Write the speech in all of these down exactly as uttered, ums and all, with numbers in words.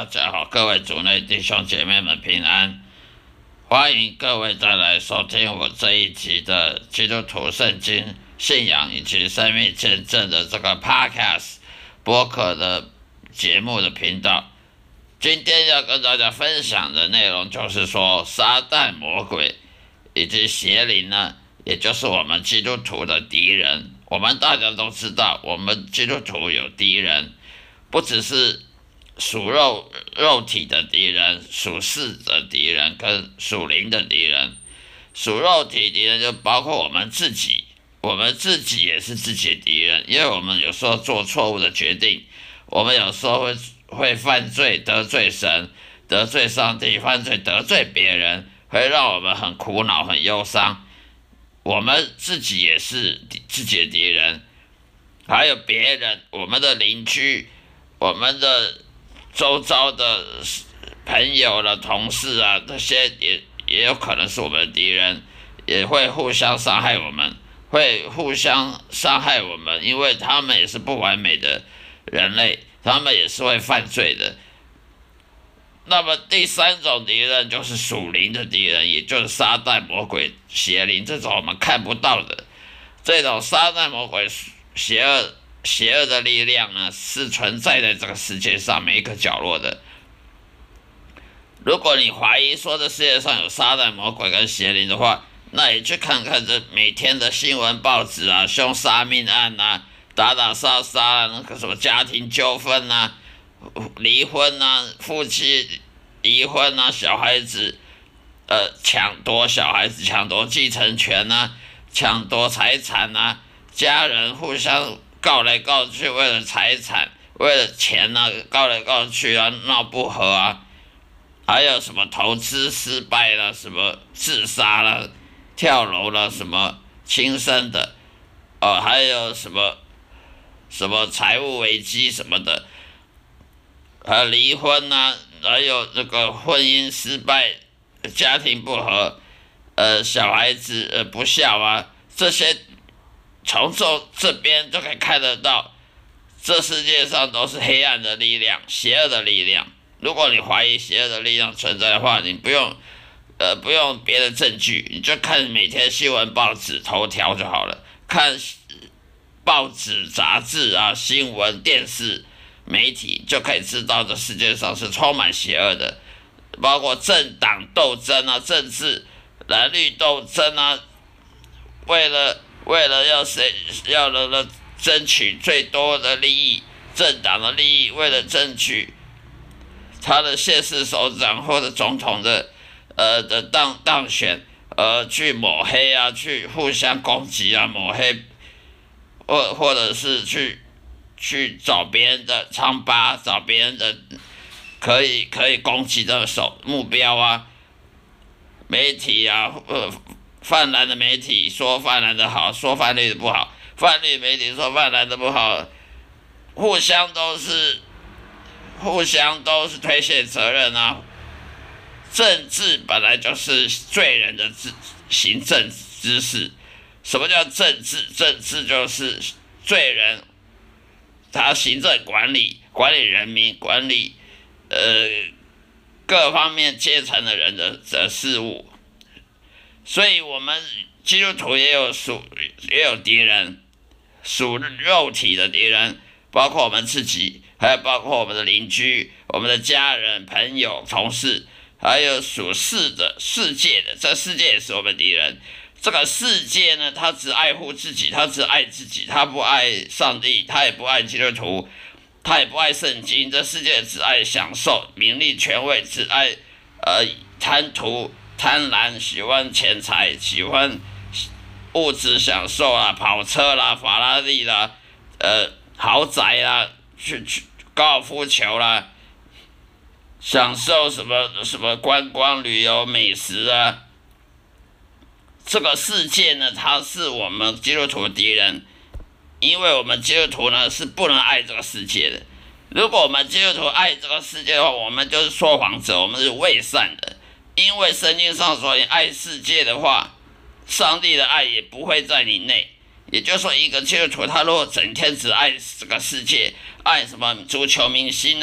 大家好，各位主内弟兄姐妹们平安，欢迎各位再来收听我这一集的基督徒圣经信仰以及生命见证的这个 podcast 播客的节目的频道。今天要跟大家分享的内容就是说，撒旦魔鬼以及邪灵呢，也就是我们基督徒的敌人。我们大家都知道，我们基督徒有敌人，不只是属肉肉体的敌人，属世的敌人跟属灵的敌人。属肉体敌人就包括我们自己，我们自己也是自己的敌人，因为我们有时候做错误的决定，我们有时候会会犯罪，得罪神，得罪上帝，犯罪得罪别人，会让我们很苦恼很忧伤。我们自己也是自己的敌人，还有别人，我们的邻居，我们的周遭的朋友了、同事啊，这些也也有可能是我们的敌人，也会互相伤害我们，会互相伤害我们，因为他们也是不完美的人类，他们也是会犯罪的。那么第三种敌人就是属灵的敌人，也就是撒旦、魔鬼、邪灵，这种我们看不到的，这种撒旦、魔鬼、邪恶、邪恶的力量呢，是存在在这个世界上每一个角落的。如果你怀疑说这世界上有撒旦、魔鬼跟邪灵的话，那你去看看这每天的新闻报纸啊，凶杀命案啊，打打杀杀啊，那个什么家庭纠纷啊，离婚啊，夫妻离婚啊，小孩子呃抢夺小孩子抢夺继承权啊，抢夺财产啊，家人互相告来告去，为了财产为了钱啊，告来告去啊，闹不和啊，还有什么投资失败了，什么自杀了，跳楼了，什么轻生的哦，还有什么什么财务危机什么的，还有离婚啊，还有这个婚姻失败，家庭不和，呃，小孩子呃不孝啊，这些从这这边就可以看得到，这世界上都是黑暗的力量，邪恶的力量。如果你怀疑邪恶的力量存在的话，你不用呃不用别的证据，你就看每天新闻报纸头条就好了，看报纸杂志啊，新闻电视媒体就可以知道这世界上是充满邪恶的，包括政党斗争啊，政治蓝绿斗争啊，为了为了要谁要了了争取最多的利益，政党的利益，为了争取他的县市首长或者总统的呃的当当选，呃去抹黑啊，去互相攻击啊，抹黑，或或者是去去找别人的疮疤，找别人的可以可以攻击的手目标啊，媒体啊，呃，泛蓝的媒体说泛蓝的好，说泛绿的不好，泛绿媒体说泛蓝的不好，互相都是互相都是推卸责任啊。政治本来就是罪人的行政之事。什么叫政治？政治就是罪人，他行政管理，管理人民，管理呃各方面阶层的人的的事物。所以我们基督徒也有属也有敌人，属肉体的敌人，包括我们自己，还有包括我们的邻居、我们的家人、朋友、同事，还有属世的世界的，这世界也是我们敌人。这个世界呢，他只爱护自己，他只爱自己，他不爱上帝，他也不爱基督徒，他也不爱圣经。这世界只爱享受名利权位，只爱呃贪图贪婪，喜欢钱财，喜欢物质享受啦，跑车啦，法拉利啦，呃豪宅啦，去去高尔夫球啦，享受什么什么观光旅游美食啊。这个世界呢，它是我们基督徒的敌人，因为我们基督徒呢是不能爱这个世界的。如果我们基督徒爱这个世界的话，我们就是说谎者，我们是伪善的。因为圣经上说，你爱世界的话，上帝的爱也不会在你内。也就是说，一个基督徒他如果整天只爱这个世界，爱什么足球明星啊，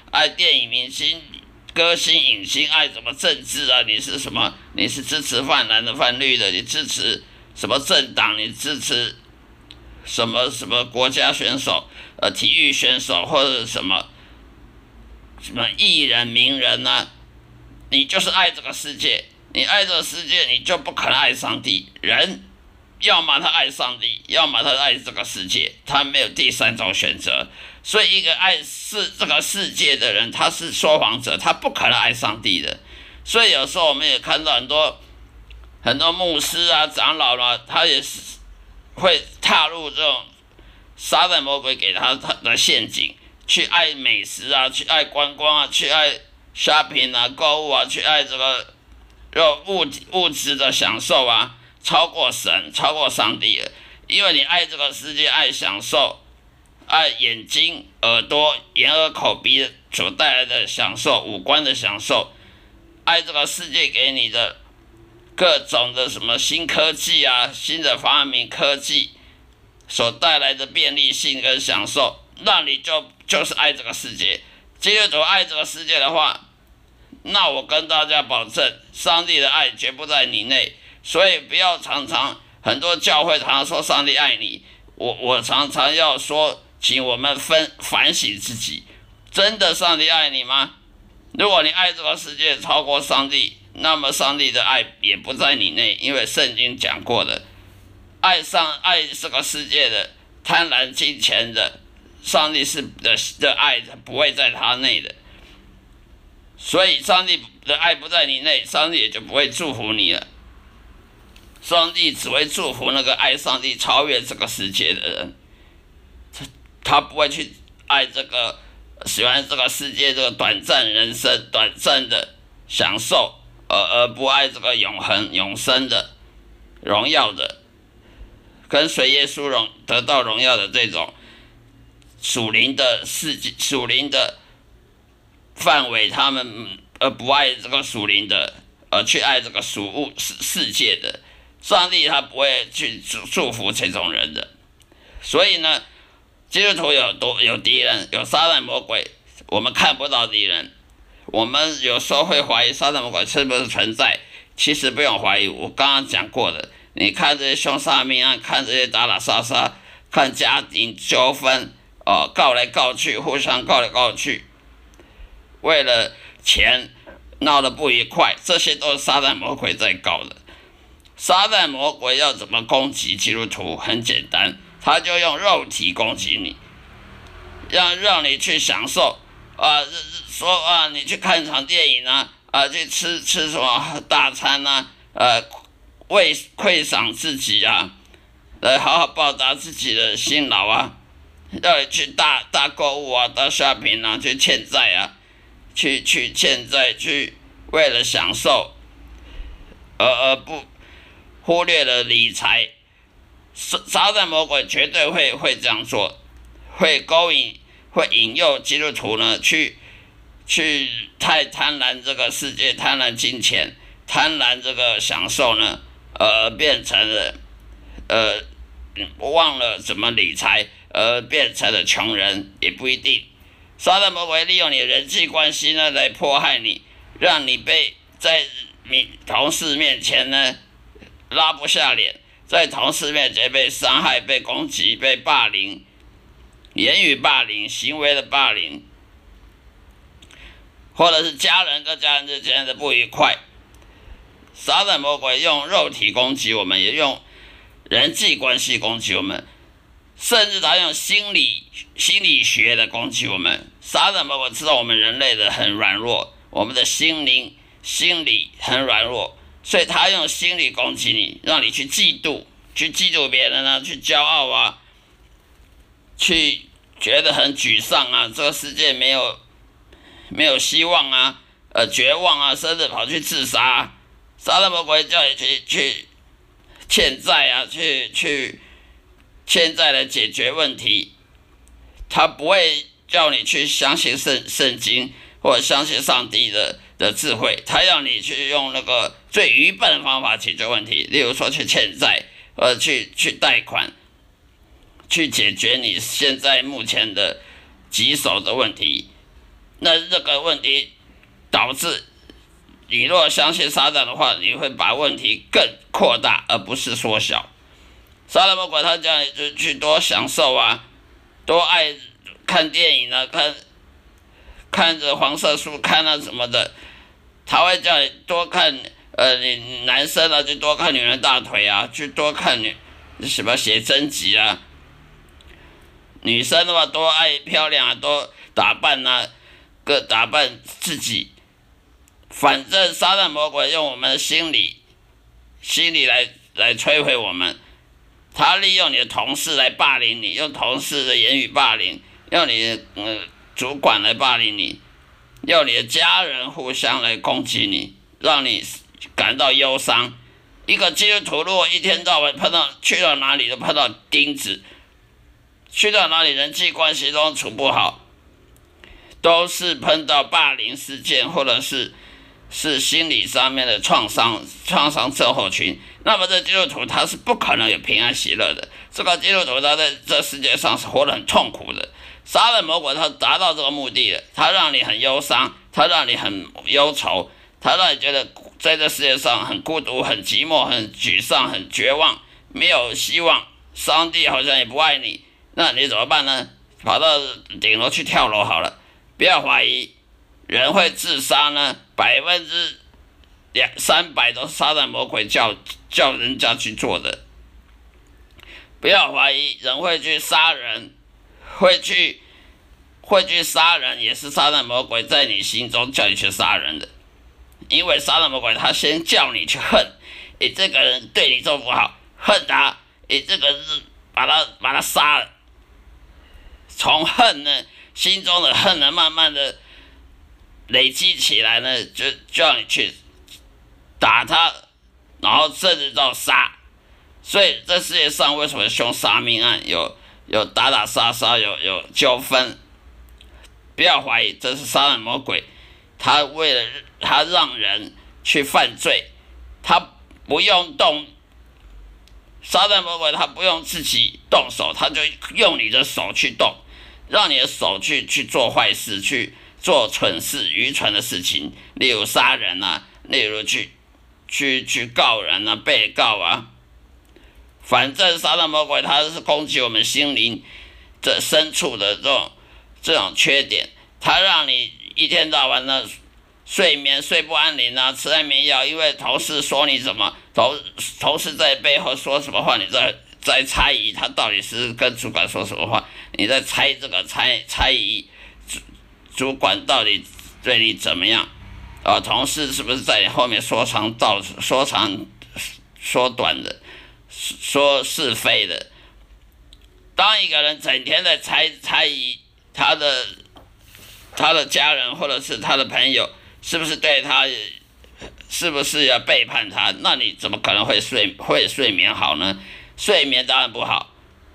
爱电影明星、歌星、影星，爱什么政治啊？你是什么？你是支持泛蓝的、泛绿的？你支持什么政党？你支持什么什么国家选手？呃，体育选手或者什么什么艺人、名人啊？你就是爱这个世界。你爱这个世界，你就不可能爱上帝。人要么他爱上帝，要么他爱这个世界，他没有第三种选择。所以，一个爱世这个世界的人，他是说谎者，他不可能爱上帝的。所以有时候我们也看到很多很多牧师啊、长老啊，他也是会踏入这种撒旦魔鬼给他的陷阱，去爱美食啊，去爱观光啊，去爱 shopping 啊、购物啊，去爱这个物物质的享受啊，超过神，超过上帝了。因为你爱这个世界，爱享受，爱眼睛、耳朵、眼耳口鼻所带来的享受，五官的享受，爱这个世界给你的各种的什么新科技啊、新的发明科技所带来的便利性跟享受，那你就就是爱这个世界。基督徒爱这个世界的话，那我跟大家保证，上帝的爱绝不在你内。所以不要常常很多教会常常说上帝爱你，我我常常要说，请我们分反省自己，真的上帝爱你吗？如果你爱这个世界超过上帝，那么上帝的爱也不在你内，因为圣经讲过的，爱上爱这个世界的、贪婪金钱的，上帝是的的爱不会在他内的。所以上帝的爱不在你内，上帝也就不会祝福你了。上帝只会祝福那个爱上帝、超越这个世界的人，他不会去爱这个喜欢这个世界这个短暂人生、短暂的享受，而而不爱这个永恒、永生的荣耀的，跟随耶稣荣得到荣耀的这种属灵的世界、属灵的范围，他们而不爱这个属灵的，而去爱这个属物世世界的。上帝他不会去祝祝福这种人的。所以呢，基督徒有多有敌人，有撒旦魔鬼，我们看不到敌人，我们有时候会怀疑撒旦魔鬼是不是存在，其实不用怀疑，我刚刚讲过的，你看这些凶杀命案，看这些打打杀杀，看家庭纠纷，哦，告来告去，互相告来告去，为了钱闹得不愉快，这些都是撒旦魔鬼在搞的。撒旦魔鬼要怎么攻击基督徒？很简单，他就用肉体攻击你，让让你去享受啊，说啊，你去看场电影啊，啊，去吃吃什么大餐啊，呃，为犒赏自己啊，来好好报答自己的辛劳啊，要你去大大购物啊，大 shopping 啊，去欠债啊，去去欠债，去为了享受，而而不忽略了理财。撒旦魔鬼绝对会会这样做，会勾引，会引诱基督徒呢去去太贪婪这个世界，贪婪金钱，贪婪这个享受呢，呃，变成了呃忘了怎么理财，而变成了穷人也不一定。撒旦魔鬼利用你的人际关系呢来迫害你，让你被在你同事面前呢拉不下脸，在同事面前被伤害、被攻击、被霸凌，言语霸凌、行为的霸凌，或者是家人跟家人之间的不愉快。撒旦魔鬼用肉体攻击我们，也用人际关系攻击我们，甚至他用心理心理学的攻击我们。撒旦魔鬼知道我们人类的很软弱，我们的心灵、心理很软弱，所以他用心理攻击你，让你去嫉妒，去嫉妒别人啊，去骄傲啊，去觉得很沮丧啊，这个世界没有没有希望啊，呃，绝望啊，甚至跑去自杀啊。撒旦魔鬼叫你去去欠债啊，去去欠债来解决问题，他不会叫你去相信圣圣经或者相信上帝的的智慧，他要你去用那个最愚笨的方法解决问题，例如说去欠债，或者去去贷款，去解决你现在目前的棘手的问题。 那这个问题导致你若相信撒旦的话，你会把问题更扩大，而不是缩小。撒旦魔鬼他叫你就去多享受啊，多爱看电影啊，看看着黄色书看啊什么的，他会叫你多看呃，你男生啊就多看女人大腿啊，去多看女什么写真集啊，女生的话多爱漂亮啊，多打扮啊，各打扮自己。反正撒旦魔鬼用我们的心理心理来来摧毁我们，他利用你的同事来霸凌你，用同事的言语霸凌，用你的、呃、主管来霸凌你，用你的家人互相来攻击你，让你感到忧伤。一个基督徒如果一天到晚碰到去到哪里都碰到钉子，去到哪里人际关系都处不好，都是碰到霸凌事件，或者是是心理上面的创伤创伤症候群，那么这基督徒他是不可能有平安喜乐的。这个基督徒他在这世界上是活得很痛苦的。撒旦魔鬼他达到这个目的了，他让你很忧伤，他让你很忧愁，他让你觉得在这世界上很孤独、很寂寞、很沮丧、很绝望，没有希望，上帝好像也不爱你。那你怎么办呢？跑到顶楼去跳楼好了。不要怀疑，人会自杀呢，百分之两三百都是撒旦魔鬼叫叫人家去做的。不要怀疑，人会去杀人，会去会去杀人，也是撒旦魔鬼在你心中叫你去杀人的。因为撒旦魔鬼他先叫你去恨，你这个人对你做不好，恨他，你这个人把他把他杀了。从恨呢，心中的恨呢，慢慢的累积起来呢，就叫你去打他，然后甚至到杀。所以这世界上为什么凶杀命案有有打打杀杀，有有纠纷？不要怀疑，这是撒旦魔鬼，他为了他让人去犯罪，他不用动。撒旦魔鬼他不用自己动手，他就用你的手去动，让你的手去去做坏事，去做蠢事、愚蠢的事情，例如杀人啊，例如去去去告人啊、被告啊。反正撒旦魔鬼他是攻击我们心灵这深处的这种这种缺点，他让你一天到晚的睡眠睡不安宁啊，吃安眠药，因为同事说你什么，同同事在背后说什么话，你在在猜疑他到底是跟主管说什么话，你在猜这个猜猜疑主主管到底对你怎么样啊？同事是不是在你后面说长道说长说短的，说是非的？当一个人整天在猜猜疑他的他的家人或者是他的朋友是不是对他，是不是要背叛他？那你怎么可能会睡会睡眠好呢？睡眠当然不好，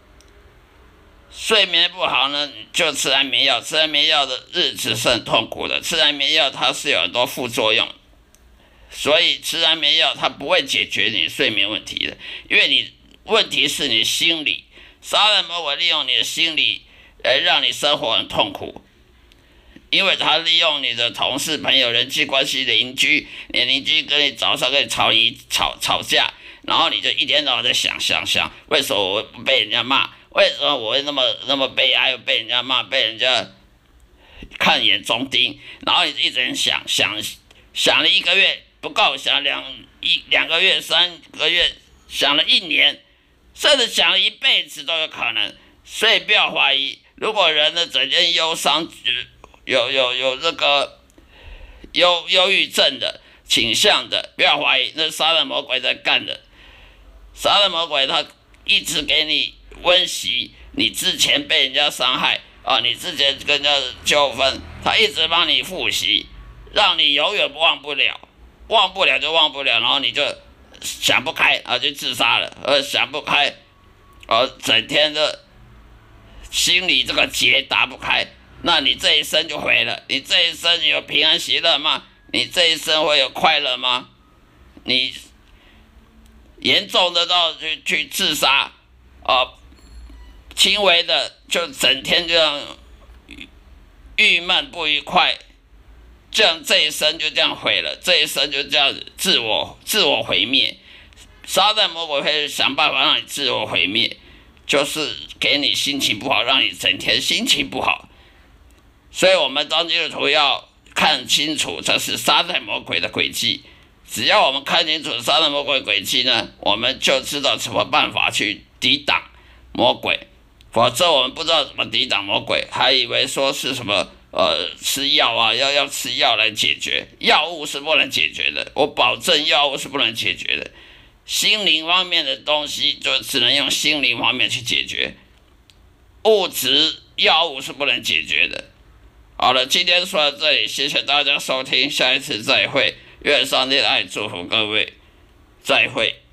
睡眠不好呢，就吃安眠药。吃安眠药的日子是很痛苦的，吃安眠药它是有很多副作用，所以吃安眠药它不会解决你睡眠问题的，因为你问题是你心理，撒旦魔鬼利用你的心理来让你生活很痛苦。因为他利用你的同事、朋友、人际关系、邻居，你邻居跟你早上跟你吵一吵吵架，然后你就一天到晚在想想想，为什么我会被人家骂？为什么我会那么那么悲哀，被人家骂，被人家看眼中钉？然后你一直想想想了一个月不够，想两一两个月、三个月，想了一年，甚至想了一辈子都有可能。所以不要怀疑，如果人的整天忧伤，有有有这个忧忧郁症的倾向的，不要怀疑，那是撒旦魔鬼在干的。撒旦魔鬼他一直给你温习你之前被人家伤害啊，你之前跟人家纠纷，他一直帮你复习，让你永远忘不了，忘不了就忘不了，然后你就想不开啊，就自杀了，呃，想不开，呃，整天的心里这个结打不开。那你这一生就毁了，你这一生有平安喜乐吗？你这一生会有快乐吗？你严重的到去去自杀，啊、呃，轻微的就整天这样郁闷不愉快，这样这一生就这样毁了，这一生就这样自我自我毁灭。撒旦魔鬼会想办法让你自我毁灭，就是给你心情不好，让你整天心情不好。所以我们当基督徒要看清楚，这是撒旦魔鬼的诡计。只要我们看清楚撒旦魔鬼诡计呢，我们就知道什么办法去抵挡魔鬼。否则我们不知道怎么抵挡魔鬼，还以为说是什么呃吃药啊，要要吃药来解决，药物是不能解决的，我保证药物是不能解决的。心灵方面的东西就只能用心灵方面去解决，物质药物是不能解决的。好了，今天说到这里，谢谢大家收听，下一次再会，愿上帝的爱祝福各位，再会。